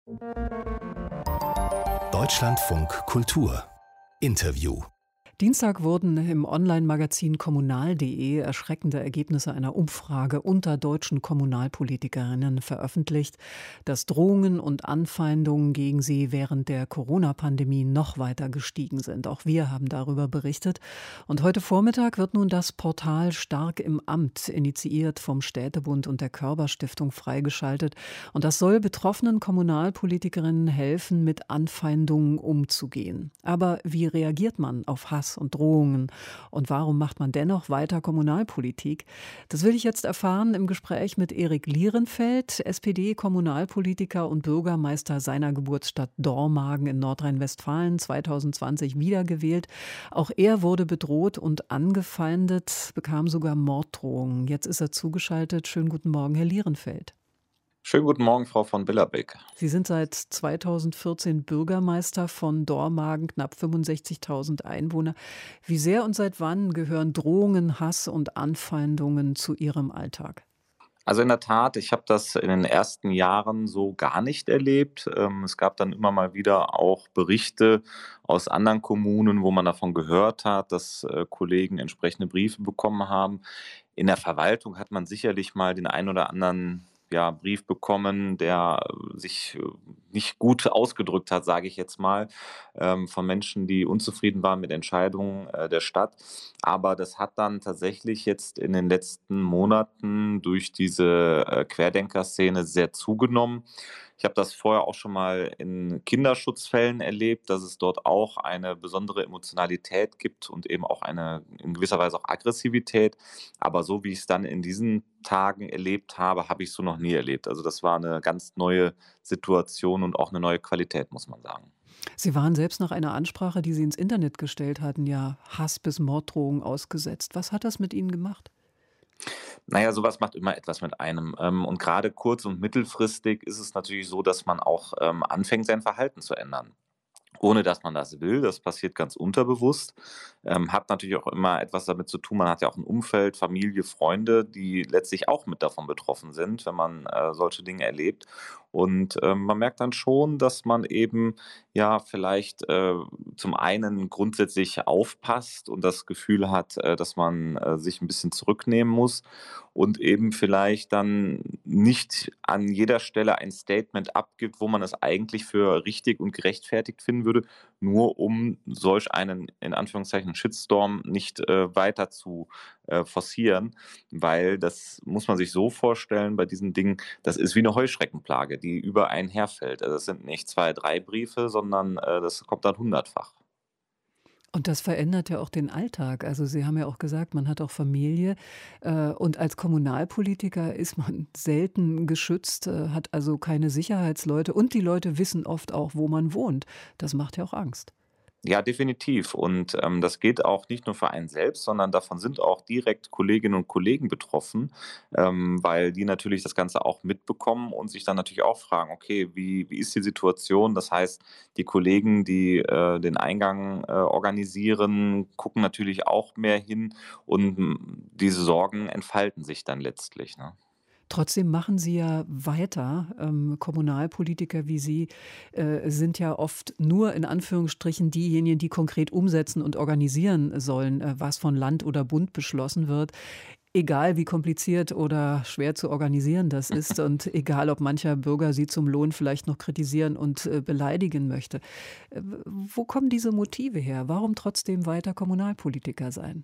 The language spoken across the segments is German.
Deutschlandfunk Kultur Interview. Dienstag wurden im Online-Magazin kommunal.de erschreckende Ergebnisse einer Umfrage unter deutschen Kommunalpolitikerinnen veröffentlicht, dass Drohungen und Anfeindungen gegen sie während der Corona-Pandemie noch weiter gestiegen sind. Auch wir haben darüber berichtet. Und heute Vormittag wird nun das Portal Stark im Amt, initiiert vom Städtebund und der Körber-Stiftung, freigeschaltet. Und das soll betroffenen Kommunalpolitikerinnen helfen, mit Anfeindungen umzugehen. Aber wie reagiert man auf Hass und Drohungen? Und warum macht man dennoch weiter Kommunalpolitik? Das will ich jetzt erfahren im Gespräch mit Erik Lierenfeld, SPD-Kommunalpolitiker und Bürgermeister seiner Geburtsstadt Dormagen in Nordrhein-Westfalen, 2020 wiedergewählt. Auch er wurde bedroht und angefeindet, bekam sogar Morddrohungen. Jetzt ist er zugeschaltet. Schönen guten Morgen, Herr Lierenfeld. Schönen guten Morgen, Frau von Billerbeck. Sie sind seit 2014 Bürgermeister von Dormagen, knapp 65.000 Einwohner. Wie sehr und seit wann gehören Drohungen, Hass und Anfeindungen zu Ihrem Alltag? Also in der Tat, ich habe das in den ersten Jahren so gar nicht erlebt. Es gab dann immer mal wieder auch Berichte aus anderen Kommunen, wo man davon gehört hat, dass Kollegen entsprechende Briefe bekommen haben. In der Verwaltung hat man sicherlich mal den einen oder anderen Brief bekommen, der sich nicht gut ausgedrückt hat, sage ich jetzt mal, von Menschen, die unzufrieden waren mit Entscheidungen der Stadt. Aber das hat dann tatsächlich jetzt in den letzten Monaten durch diese Querdenker-Szene sehr zugenommen. Ich habe das vorher auch schon mal in Kinderschutzfällen erlebt, dass es dort auch eine besondere Emotionalität gibt und eben auch eine in gewisser Weise auch Aggressivität. Aber so wie ich es dann in diesen Tagen erlebt habe, habe ich so noch nie erlebt. Also das war eine ganz neue Situation und auch eine neue Qualität, muss man sagen. Sie waren selbst nach einer Ansprache, die Sie ins Internet gestellt hatten, ja Hass bis Morddrohungen ausgesetzt. Was hat das mit Ihnen gemacht? Naja, sowas macht immer etwas mit einem. Und gerade kurz- und mittelfristig ist es natürlich so, dass man auch anfängt, sein Verhalten zu ändern. Ohne dass man das will, das passiert ganz unterbewusst. Hat natürlich auch immer etwas damit zu tun, man hat ja auch ein Umfeld, Familie, Freunde, die letztlich auch mit davon betroffen sind, wenn man solche Dinge erlebt. Und man merkt dann schon, dass man eben vielleicht zum einen grundsätzlich aufpasst und das Gefühl hat, dass man sich ein bisschen zurücknehmen muss und eben vielleicht dann nicht an jeder Stelle ein Statement abgibt, wo man es eigentlich für richtig und gerechtfertigt finden würde, nur um solch einen, in Anführungszeichen, Shitstorm nicht weiter zu forcieren, weil das muss man sich so vorstellen bei diesen Dingen, das ist wie eine Heuschreckenplage, die über einen herfällt. Also das sind nicht 2, 3 Briefe, sondern das kommt dann hundertfach. Und das verändert ja auch den Alltag. Also Sie haben ja auch gesagt, man hat auch Familie. Und als Kommunalpolitiker ist man selten geschützt, hat also keine Sicherheitsleute. Und die Leute wissen oft auch, wo man wohnt. Das macht ja auch Angst. Ja, definitiv. Und das gilt auch nicht nur für einen selbst, sondern davon sind auch direkt Kolleginnen und Kollegen betroffen, weil die natürlich das Ganze auch mitbekommen und sich dann natürlich auch fragen, okay, wie ist die Situation? Das heißt, die Kollegen, die den Eingang organisieren, gucken natürlich auch mehr hin und diese Sorgen entfalten sich dann letztlich. Ne? Trotzdem machen Sie ja weiter. Kommunalpolitiker wie Sie sind ja oft nur in Anführungsstrichen diejenigen, die konkret umsetzen und organisieren sollen, was von Land oder Bund beschlossen wird. Egal wie kompliziert oder schwer zu organisieren das ist und egal, ob mancher Bürger Sie zum Lohn vielleicht noch kritisieren und beleidigen möchte. Wo kommen diese Motive her? Warum trotzdem weiter Kommunalpolitiker sein?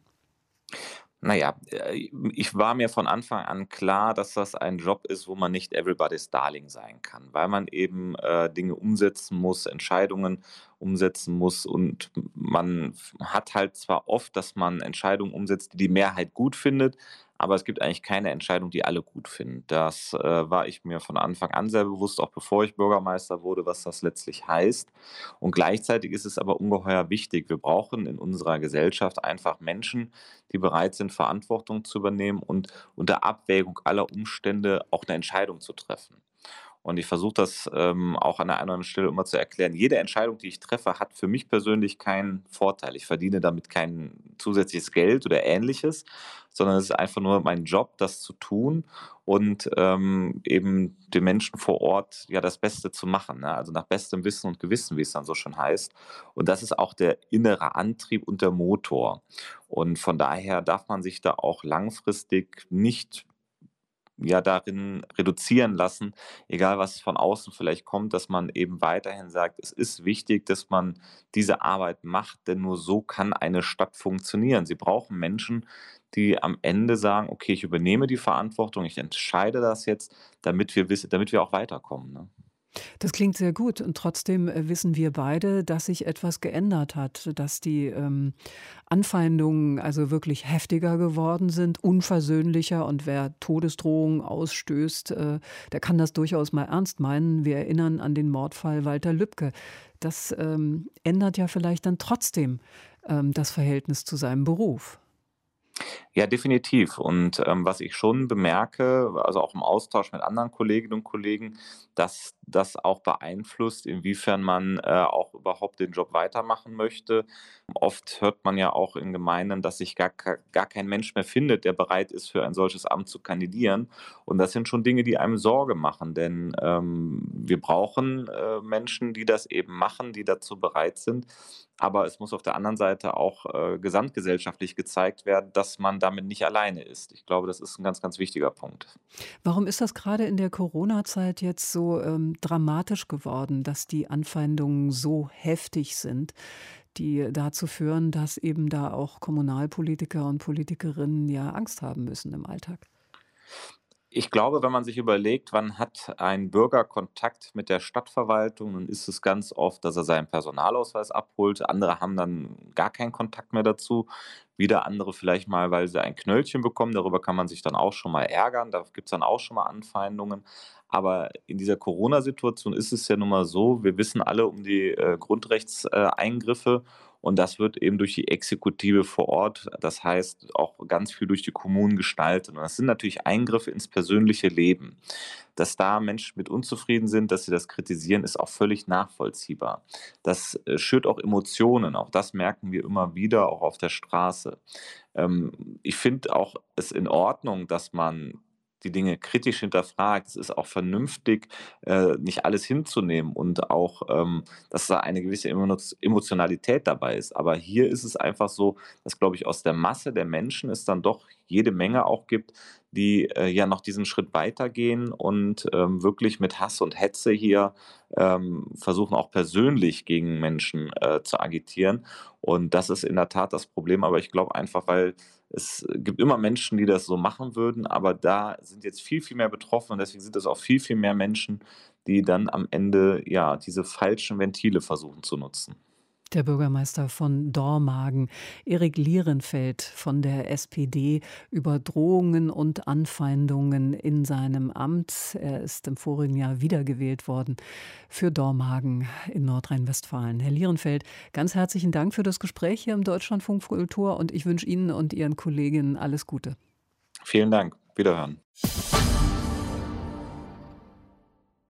Naja, ich war mir von Anfang an klar, dass das ein Job ist, wo man nicht everybody's Darling sein kann, weil man eben Dinge umsetzen muss, Entscheidungen umsetzen muss und man hat halt zwar oft, dass man Entscheidungen umsetzt, die die Mehrheit gut findet, aber es gibt eigentlich keine Entscheidung, die alle gut finden. Das war ich mir von Anfang an sehr bewusst, auch bevor ich Bürgermeister wurde, was das letztlich heißt. Und gleichzeitig ist es aber ungeheuer wichtig. Wir brauchen in unserer Gesellschaft einfach Menschen, die bereit sind, Verantwortung zu übernehmen und unter Abwägung aller Umstände auch eine Entscheidung zu treffen. Und ich versuche das auch an der einen oder anderen Stelle immer zu erklären. Jede Entscheidung, die ich treffe, hat für mich persönlich keinen Vorteil. Ich verdiene damit kein zusätzliches Geld oder Ähnliches, sondern es ist einfach nur mein Job, das zu tun und eben den Menschen vor Ort ja das Beste zu machen, ne? Also nach bestem Wissen und Gewissen, wie es dann so schön heißt. Und das ist auch der innere Antrieb und der Motor. Und von daher darf man sich da auch langfristig nicht ja darin reduzieren lassen, egal was von außen vielleicht kommt, dass man eben weiterhin sagt, es ist wichtig, dass man diese Arbeit macht, denn nur so kann eine Stadt funktionieren. Sie brauchen Menschen, die am Ende sagen: „Okay, ich übernehme die Verantwortung, ich entscheide das jetzt, damit wir auch weiterkommen“, ne? Das klingt sehr gut und trotzdem, wissen wir beide, dass sich etwas geändert hat, dass die, Anfeindungen also wirklich heftiger geworden sind, unversöhnlicher und wer Todesdrohungen ausstößt, der kann das durchaus mal ernst meinen. Wir erinnern an den Mordfall Walter Lübcke. Das, ändert ja vielleicht dann trotzdem, das Verhältnis zu seinem Beruf. Ja, definitiv. Und, was ich schon bemerke, also auch im Austausch mit anderen Kolleginnen und Kollegen, dass das auch beeinflusst, inwiefern man, auch überhaupt den Job weitermachen möchte. Oft hört man ja auch in Gemeinden, dass sich gar kein Mensch mehr findet, der bereit ist, für ein solches Amt zu kandidieren. Und das sind schon Dinge, die einem Sorge machen, denn, wir brauchen, Menschen, die das eben machen, die dazu bereit sind. Aber es muss auf der anderen Seite auch, gesamtgesellschaftlich gezeigt werden, dass man damit nicht alleine ist. Ich glaube, das ist ein ganz, ganz wichtiger Punkt. Warum ist das gerade in der Corona-Zeit jetzt so, dramatisch geworden, dass die Anfeindungen so heftig sind, die dazu führen, dass eben da auch Kommunalpolitiker und Politikerinnen ja Angst haben müssen im Alltag? Ich glaube, wenn man sich überlegt, wann hat ein Bürger Kontakt mit der Stadtverwaltung, dann ist es ganz oft, dass er seinen Personalausweis abholt. Andere haben dann gar keinen Kontakt mehr dazu. Wieder andere vielleicht mal, weil sie ein Knöllchen bekommen. Darüber kann man sich dann auch schon mal ärgern. Da gibt es dann auch schon mal Anfeindungen. Aber in dieser Corona-Situation ist es ja nun mal so, wir wissen alle um die Grundrechtseingriffe und das wird eben durch die Exekutive vor Ort, das heißt auch ganz viel durch die Kommunen gestaltet. Und das sind natürlich Eingriffe ins persönliche Leben. Dass da Menschen mit unzufrieden sind, dass sie das kritisieren, ist auch völlig nachvollziehbar. Das schürt auch Emotionen, auch das merken wir immer wieder, auch auf der Straße. Ich finde auch es in Ordnung, dass man die Dinge kritisch hinterfragt. Es ist auch vernünftig, nicht alles hinzunehmen und auch, dass da eine gewisse Emotionalität dabei ist. Aber hier ist es einfach so, dass, glaube ich, aus der Masse der Menschen es dann doch jede Menge auch gibt, die, ja noch diesen Schritt weitergehen und, wirklich mit Hass und Hetze hier, versuchen auch persönlich gegen Menschen, zu agitieren. Und das ist in der Tat das Problem, aber ich glaube einfach, weil es gibt immer Menschen, die das so machen würden, aber da sind jetzt viel, viel mehr betroffen und deswegen sind es auch viel, viel mehr Menschen, die dann am Ende, ja, diese falschen Ventile versuchen zu nutzen. Der Bürgermeister von Dormagen, Erik Lierenfeld von der SPD, über Drohungen und Anfeindungen in seinem Amt. Er ist im vorigen Jahr wiedergewählt worden für Dormagen in Nordrhein-Westfalen. Herr Lierenfeld, ganz herzlichen Dank für das Gespräch hier im Deutschlandfunk Kultur und ich wünsche Ihnen und Ihren Kolleginnen alles Gute. Vielen Dank. Wiederhören.